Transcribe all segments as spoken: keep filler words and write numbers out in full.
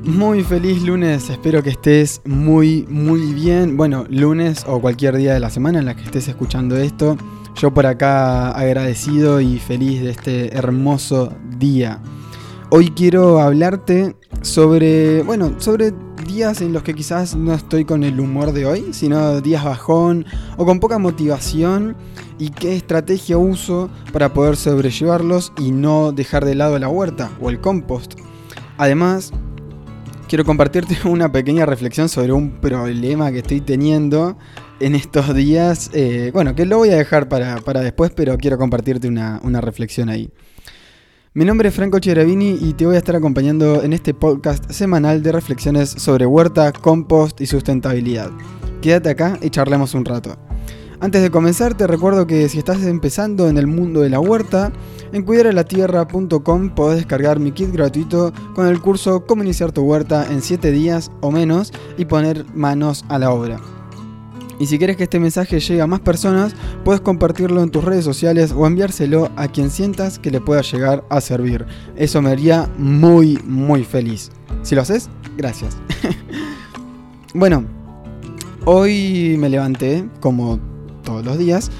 Muy feliz lunes, espero que estés muy muy bien. Bueno, lunes o cualquier día de la semana en la que estés escuchando esto. Yo por acá agradecido y feliz de este hermoso día. Hoy quiero hablarte sobre, bueno, sobre días en los que quizás no estoy con el humor de hoy, sino días bajón o con poca motivación, y qué estrategia uso para poder sobrellevarlos y no dejar de lado la huerta o el compost. Además, quiero compartirte una pequeña reflexión sobre un problema que estoy teniendo en estos días. Eh, bueno, que lo voy a dejar para, para después, pero quiero compartirte una, una reflexión ahí. Mi nombre es Franco Cheravini y te voy a estar acompañando en este podcast semanal de reflexiones sobre huerta, compost y sustentabilidad. Quédate acá y charlemos un rato. Antes de comenzar, te recuerdo que si estás empezando en el mundo de la huerta, en cuidarelatierra punto com podés descargar mi kit gratuito con el curso Cómo iniciar tu huerta en siete días o menos y poner manos a la obra. Y si quieres que este mensaje llegue a más personas, puedes compartirlo en tus redes sociales o enviárselo a quien sientas que le pueda llegar a servir. Eso me haría muy, muy feliz. Si lo haces, gracias. Bueno, hoy me levanté, como todos los días,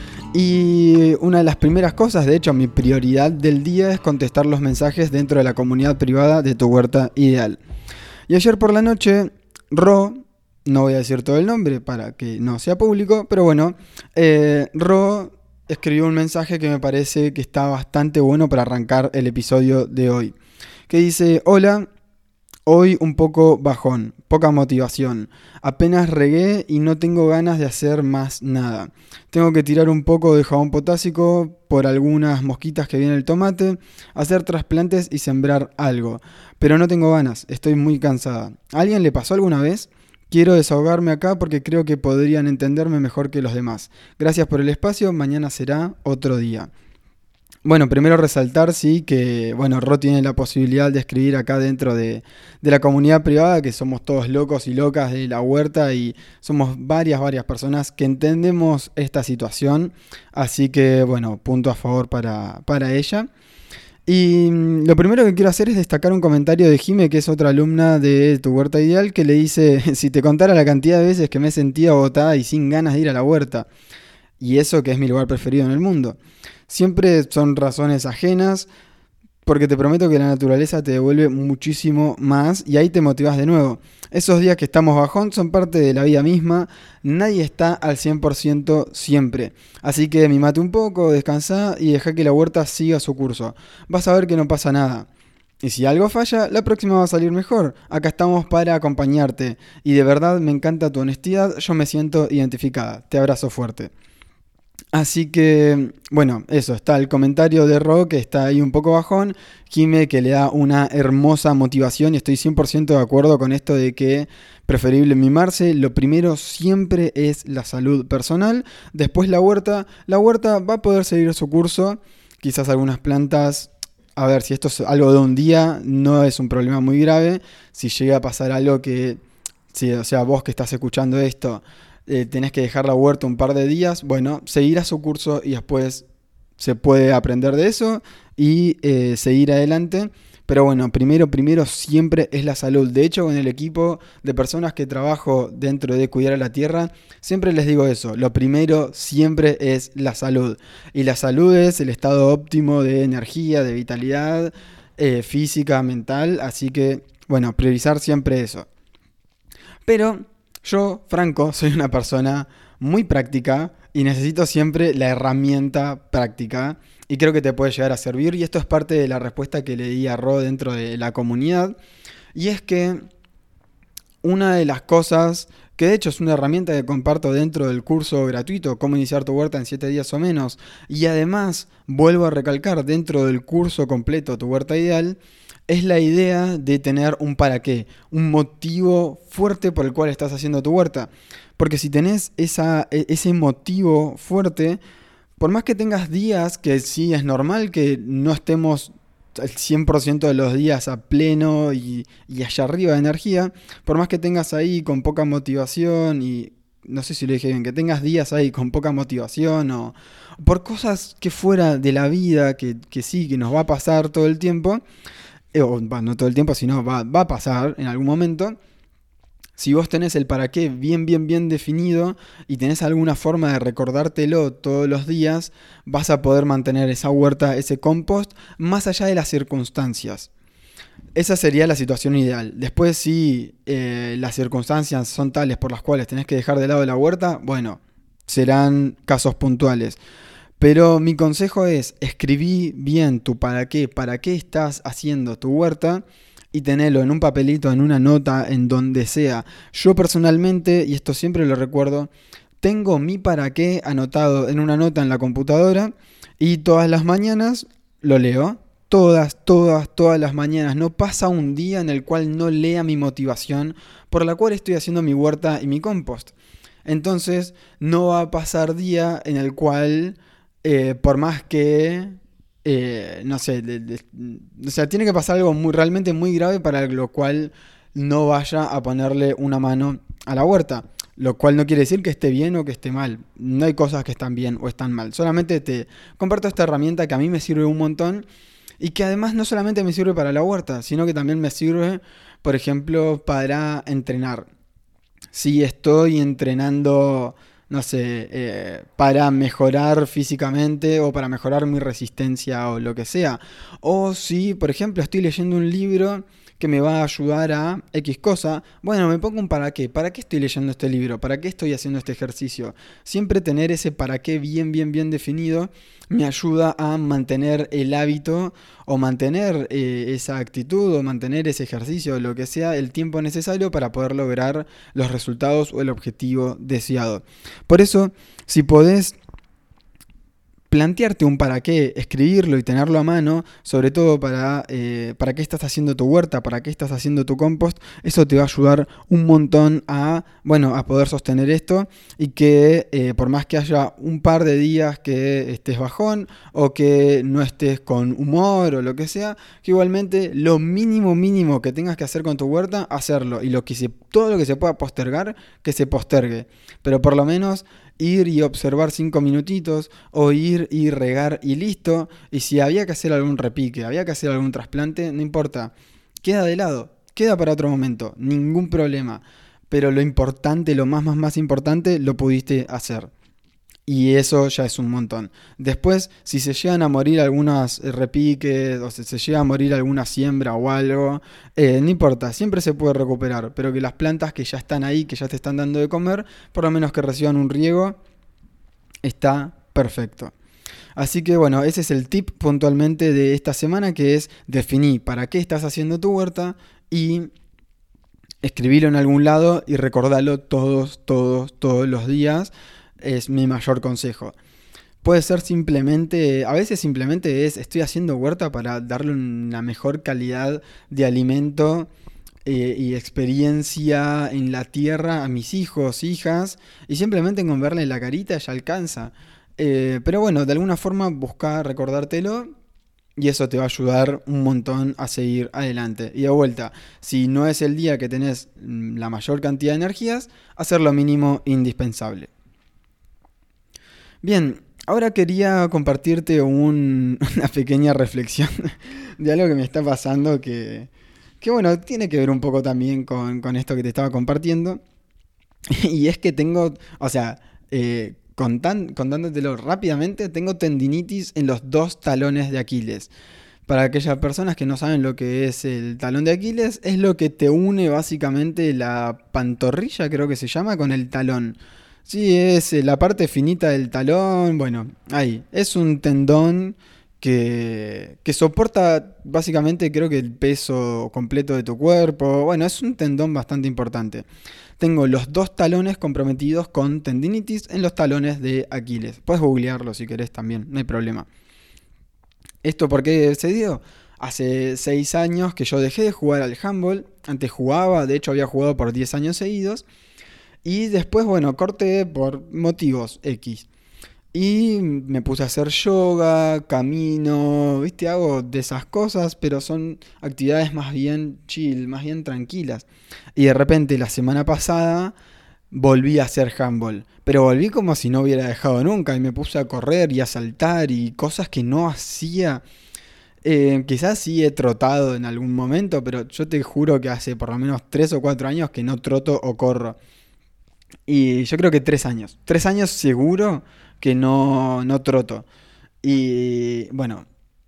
y una de las primeras cosas, de hecho mi prioridad del día, es contestar los mensajes dentro de la comunidad privada de Tu Huerta Ideal. Y ayer por la noche, Ro, no voy a decir todo el nombre para que no sea público, pero bueno, eh, Ro escribió un mensaje que me parece que está bastante bueno para arrancar el episodio de hoy, que dice: hola, hoy un poco bajón, poca motivación, apenas regué y no tengo ganas de hacer más nada. Tengo que tirar un poco de jabón potásico por algunas mosquitas que viene el tomate, hacer trasplantes y sembrar algo, pero no tengo ganas, estoy muy cansada. ¿A alguien le pasó alguna vez? Quiero desahogarme acá porque creo que podrían entenderme mejor que los demás. Gracias por el espacio, mañana será otro día. Bueno, primero resaltar, sí, que bueno, Ro tiene la posibilidad de escribir acá dentro de, de la comunidad privada, que somos todos locos y locas de la huerta y somos varias, varias personas que entendemos esta situación. Así que, bueno, punto a favor para, para ella. Y lo primero que quiero hacer es destacar un comentario de Jime, que es otra alumna de Tu Huerta Ideal, que le dice: si te contara la cantidad de veces que me sentía agotada y sin ganas de ir a la huerta, y eso que es mi lugar preferido en el mundo. Siempre son razones ajenas, porque te prometo que la naturaleza te devuelve muchísimo más y ahí te motivas de nuevo. Esos días que estamos bajón son parte de la vida misma, nadie está al cien por ciento siempre. Así que mimate un poco, descansá y dejá que la huerta siga su curso. Vas a ver que no pasa nada. Y si algo falla, la próxima va a salir mejor. Acá estamos para acompañarte. Y de verdad me encanta tu honestidad, yo me siento identificada. Te abrazo fuerte. Así que, bueno, eso, está el comentario de Ro, que está ahí un poco bajón. Jime, que le da una hermosa motivación, y estoy cien por ciento de acuerdo con esto de que preferible mimarse. Lo primero siempre es la salud personal, después la huerta. La huerta va a poder seguir su curso, quizás algunas plantas, a ver, si esto es algo de un día, no es un problema muy grave. Si llega a pasar algo que, si, o sea, vos que estás escuchando esto, Eh, tenés que dejar la huerta un par de días, bueno, seguirá su curso y después se puede aprender de eso y eh, seguir adelante. Pero bueno, primero, primero siempre es la salud. De hecho, con el equipo de personas que trabajo dentro de Cuidar a la Tierra, siempre les digo eso. Lo primero siempre es la salud. Y la salud es el estado óptimo de energía, de vitalidad, eh, física, mental. Así que, bueno, priorizar siempre eso. Pero yo, Franco, soy una persona muy práctica y necesito siempre la herramienta práctica, y creo que te puede llegar a servir, y esto es parte de la respuesta que le di a Ro dentro de la comunidad, y es que una de las cosas, que de hecho es una herramienta que comparto dentro del curso gratuito Cómo iniciar tu huerta en siete días o menos, y además vuelvo a recalcar dentro del curso completo Tu Huerta Ideal, es la idea de tener un para qué, un motivo fuerte por el cual estás haciendo tu huerta. Porque si tenés esa, ese motivo fuerte, por más que tengas días, que sí es normal que no estemos el cien por ciento de los días a pleno y, y allá arriba de energía, por más que tengas ahí con poca motivación y, no sé si lo dije bien, que tengas días ahí con poca motivación o por cosas que fuera de la vida, que, que sí, que nos va a pasar todo el tiempo, eh, o, bueno, no todo el tiempo, sino va, va a pasar en algún momento. Si vos tenés el para qué bien, bien, bien definido y tenés alguna forma de recordártelo todos los días, vas a poder mantener esa huerta, ese compost, más allá de las circunstancias. Esa sería la situación ideal. Después, si eh, las circunstancias son tales por las cuales tenés que dejar de lado la huerta, bueno, serán casos puntuales. Pero mi consejo es, escribí bien tu para qué, para qué estás haciendo tu huerta y tenelo en un papelito, en una nota, en donde sea. Yo personalmente, y esto siempre lo recuerdo, tengo mi para qué anotado en una nota en la computadora y todas las mañanas lo leo. Todas, todas, todas las mañanas. No pasa un día en el cual no lea mi motivación por la cual estoy haciendo mi huerta y mi compost. Entonces, no va a pasar día en el cual, eh, por más que, eh, no sé, de, de, o sea, tiene que pasar algo muy, realmente muy grave para lo cual no vaya a ponerle una mano a la huerta. Lo cual no quiere decir que esté bien o que esté mal. No hay cosas que están bien o están mal. Solamente te comparto esta herramienta que a mí me sirve un montón. Y que además no solamente me sirve para la huerta, sino que también me sirve, por ejemplo, para entrenar. Si estoy entrenando, no sé, eh, para mejorar físicamente o para mejorar mi resistencia o lo que sea. O si, por ejemplo, estoy leyendo un libro que me va a ayudar a X cosa, bueno, me pongo un para qué. ¿Para qué estoy leyendo este libro? ¿Para qué estoy haciendo este ejercicio? Siempre tener ese para qué bien, bien, bien definido me ayuda a mantener el hábito o mantener eh, esa actitud o mantener ese ejercicio o lo que sea el tiempo necesario para poder lograr los resultados o el objetivo deseado. Por eso, si podés plantearte un para qué, escribirlo y tenerlo a mano, sobre todo para, eh, para qué estás haciendo tu huerta, para qué estás haciendo tu compost, eso te va a ayudar un montón a, bueno, a poder sostener esto y que eh, por más que haya un par de días que estés bajón o que no estés con humor o lo que sea, que igualmente lo mínimo mínimo que tengas que hacer con tu huerta, hacerlo, y lo que se, todo lo que se pueda postergar, que se postergue, pero por lo menos ir y observar cinco minutitos, o ir y regar y listo. Y si había que hacer algún repique, había que hacer algún trasplante, no importa, queda de lado, queda para otro momento, ningún problema. Pero lo importante, lo más más más importante, lo pudiste hacer. Y eso ya es un montón. Después, si se llegan a morir algunas repiques, o si se llega a morir alguna siembra o algo, eh, no importa, siempre se puede recuperar. Pero que las plantas que ya están ahí, que ya te están dando de comer, por lo menos que reciban un riego, está perfecto. Así que bueno, ese es el tip puntualmente de esta semana, que es definir para qué estás haciendo tu huerta y escribirlo en algún lado y recordarlo todos, todos, todos los días. Es mi mayor consejo. Puede ser simplemente, a veces simplemente es, estoy haciendo huerta para darle una mejor calidad de alimento eh, y experiencia en la tierra a mis hijos, hijas, y simplemente con verle la carita ya alcanza. Eh, pero bueno, de alguna forma busca recordártelo y eso te va a ayudar un montón a seguir adelante. Y de vuelta, si no es el día que tenés la mayor cantidad de energías, hacer lo mínimo indispensable. Bien, ahora quería compartirte un, una pequeña reflexión de algo que me está pasando que, que bueno, tiene que ver un poco también con, con esto que te estaba compartiendo. Y es que tengo, o sea, eh, contan, contándotelo rápidamente, tengo tendinitis en los dos talones de Aquiles. Para aquellas personas que no saben lo que es el talón de Aquiles, es lo que te une básicamente la pantorrilla, creo que se llama, con el talón. Sí, es la parte finita del talón, bueno, ahí. Es un tendón que, que soporta básicamente creo que el peso completo de tu cuerpo. Bueno, es un tendón bastante importante. Tengo los dos talones comprometidos con tendinitis en los talones de Aquiles. Puedes googlearlo si querés también, no hay problema. ¿Esto por qué se dio? Hace seis años que yo dejé de jugar al handball. Antes jugaba, de hecho había jugado por diez años seguidos. Y después, bueno, corté por motivos X. Y me puse a hacer yoga, camino, ¿viste? Hago de esas cosas, pero son actividades más bien chill, más bien tranquilas. Y de repente, la semana pasada, volví a hacer handball. Pero volví como si no hubiera dejado nunca. Y me puse a correr y a saltar y cosas que no hacía. Eh, quizás sí he trotado en algún momento, pero yo te juro que hace por lo menos tres o cuatro años que no troto o corro. Y yo creo que tres años. Tres años seguro que no, no troto. Y bueno,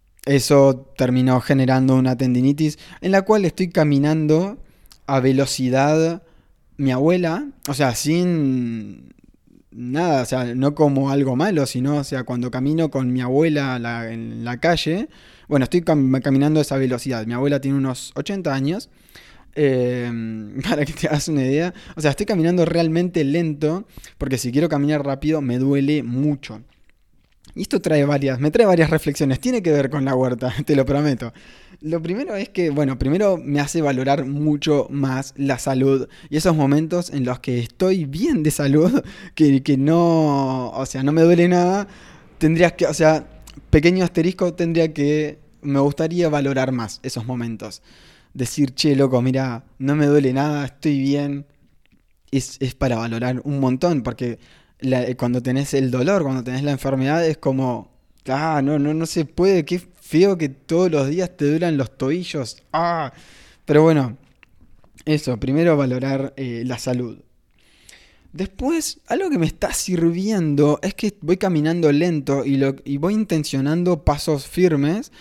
eso terminó generando una tendinitis en la cual estoy caminando a velocidad mi abuela, o sea, sin nada, o sea, no como algo malo, sino, o sea, cuando camino con mi abuela la- en la calle, bueno, estoy cam- caminando a esa velocidad. Mi abuela tiene unos ochenta años, eh, para que te hagas una idea. O sea, estoy caminando realmente lento, porque si quiero caminar rápido me duele mucho. Y esto trae varias, me trae varias reflexiones. Tiene que ver con la huerta, te lo prometo. Lo primero es que, bueno, primero me hace valorar mucho más la salud y esos momentos en los que estoy bien de salud, que, que no, o sea, no me duele nada, tendrías que, o sea, pequeño asterisco, tendría que, me gustaría valorar más esos momentos. Decir, che, loco, mira, no me duele nada, estoy bien, es, es para valorar un montón, porque la- eh, cuando tenés el dolor, cuando tenés la enfermedad, es como, ah, no, no, no se puede, qué feo que todos los días te duran los tobillos, ah, pero bueno, eso, primero valorar eh, la salud. Después, algo que me está sirviendo es que voy caminando lento y, lo, y voy intencionando pasos firmes,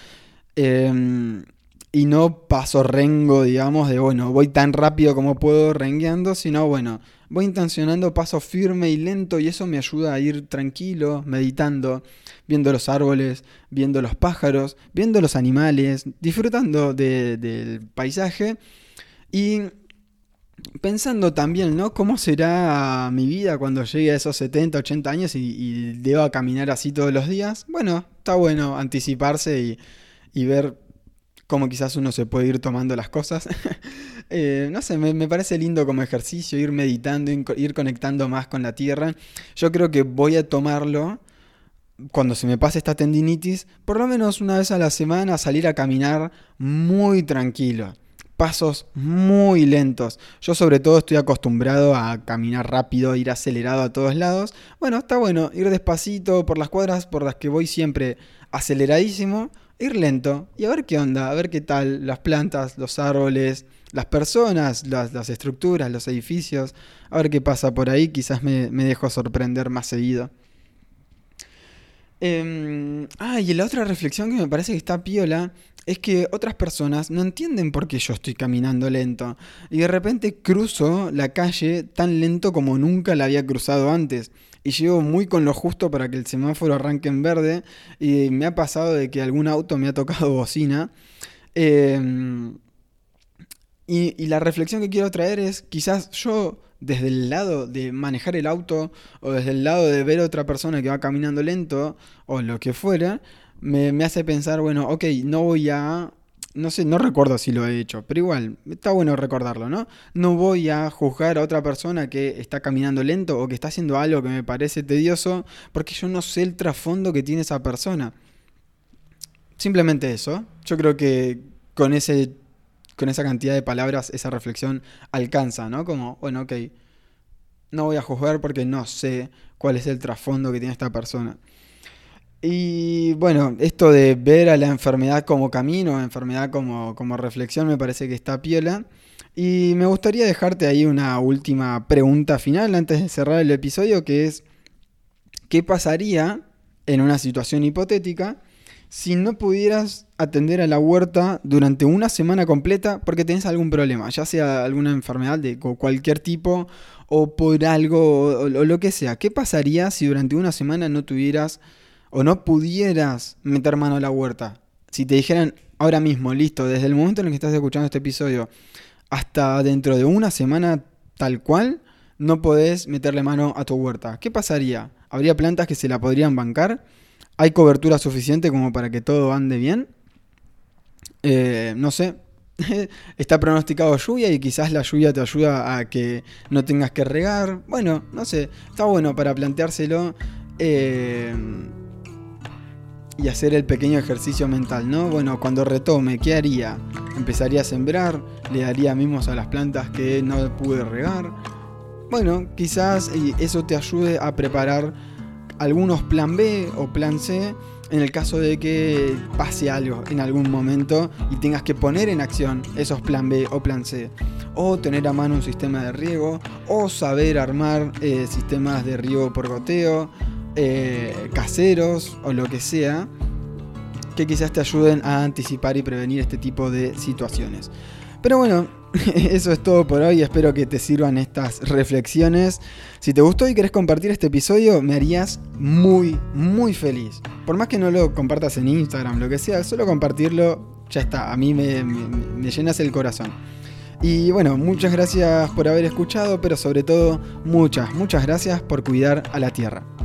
eh, y no paso rengo, digamos, de bueno, voy tan rápido como puedo rengueando, sino bueno, voy intencionando paso firme y lento y eso me ayuda a ir tranquilo, meditando, viendo los árboles, viendo los pájaros, viendo los animales, disfrutando de- del paisaje y pensando también, ¿no? ¿Cómo será mi vida cuando llegue a esos setenta ochenta años y, y deba caminar así todos los días? Bueno, está bueno anticiparse y, y ver cómo quizás uno se puede ir tomando las cosas. Eh, no sé, me, me parece lindo como ejercicio, ir meditando, in- ir conectando más con la tierra. Yo creo que voy a tomarlo cuando se me pase esta tendinitis, por lo menos una vez a la semana salir a caminar muy tranquilo. Pasos muy lentos. Yo sobre todo estoy acostumbrado a caminar rápido, ir acelerado a todos lados. Bueno, está bueno ir despacito por las cuadras por las que voy siempre aceleradísimo, ir lento y a ver qué onda, a ver qué tal las plantas, los árboles, las personas, las, las estructuras, los edificios, a ver qué pasa por ahí, quizás me, me dejo sorprender más seguido. Eh, ah, y la otra reflexión que me parece que está piola es que otras personas no entienden por qué yo estoy caminando lento. Y de repente cruzo la calle tan lento como nunca la había cruzado antes. Y llego muy con lo justo para que el semáforo arranque en verde. Y me ha pasado de que algún auto me ha tocado bocina. Eh, y, y la reflexión que quiero traer es, quizás yo, desde el lado de manejar el auto, o desde el lado de ver a otra persona que va caminando lento, o lo que fuera, me, me hace pensar, bueno, ok, no voy a... No sé, no recuerdo si lo he hecho, pero igual, está bueno recordarlo, ¿no? No voy a juzgar a otra persona que está caminando lento o que está haciendo algo que me parece tedioso, porque yo no sé el trasfondo que tiene esa persona. Simplemente eso. Yo creo que con ese, con esa cantidad de palabras, esa reflexión alcanza, ¿no? Como, bueno, ok, no voy a juzgar porque no sé cuál es el trasfondo que tiene esta persona. Y bueno, esto de ver a la enfermedad como camino, enfermedad como, como reflexión, me parece que está piola. Y me gustaría dejarte ahí una última pregunta final antes de cerrar el episodio, que es, ¿qué pasaría en una situación hipotética si no pudieras atender a la huerta durante una semana completa porque tenés algún problema, ya sea alguna enfermedad de cualquier tipo o por algo o, o lo que sea? ¿Qué pasaría si durante una semana no tuvieras o no pudieras meter mano a la huerta? Si te dijeran ahora mismo, listo, desde el momento en el que estás escuchando este episodio hasta dentro de una semana tal cual, no podés meterle mano a tu huerta. ¿Qué pasaría? ¿Habría plantas que se la podrían bancar? ¿Hay cobertura suficiente como para que todo ande bien? Eh, no sé. Está pronosticado lluvia y quizás la lluvia te ayuda a que no tengas que regar. Bueno, no sé. Está bueno para planteárselo, eh, y hacer el pequeño ejercicio mental, ¿no? Bueno, cuando retome, ¿qué haría? ¿Empezaría a sembrar? ¿Le daría mimos a las plantas que no pude regar? Bueno, quizás eso te ayude a preparar algunos plan B o plan C en el caso de que pase algo en algún momento y tengas que poner en acción esos plan B o plan C, o tener a mano un sistema de riego, o saber armar eh, sistemas de riego por goteo, eh, caseros o lo que sea, que quizás te ayuden a anticipar y prevenir este tipo de situaciones. Pero bueno, eso es todo por hoy. Espero que te sirvan estas reflexiones. Si te gustó y querés compartir este episodio, me harías muy, muy feliz. Por más que no lo compartas en Instagram, lo que sea, solo compartirlo, ya está. A mí me, me, me llenas el corazón. Y bueno, muchas gracias por haber escuchado, pero sobre todo, muchas, muchas gracias por cuidar a la tierra.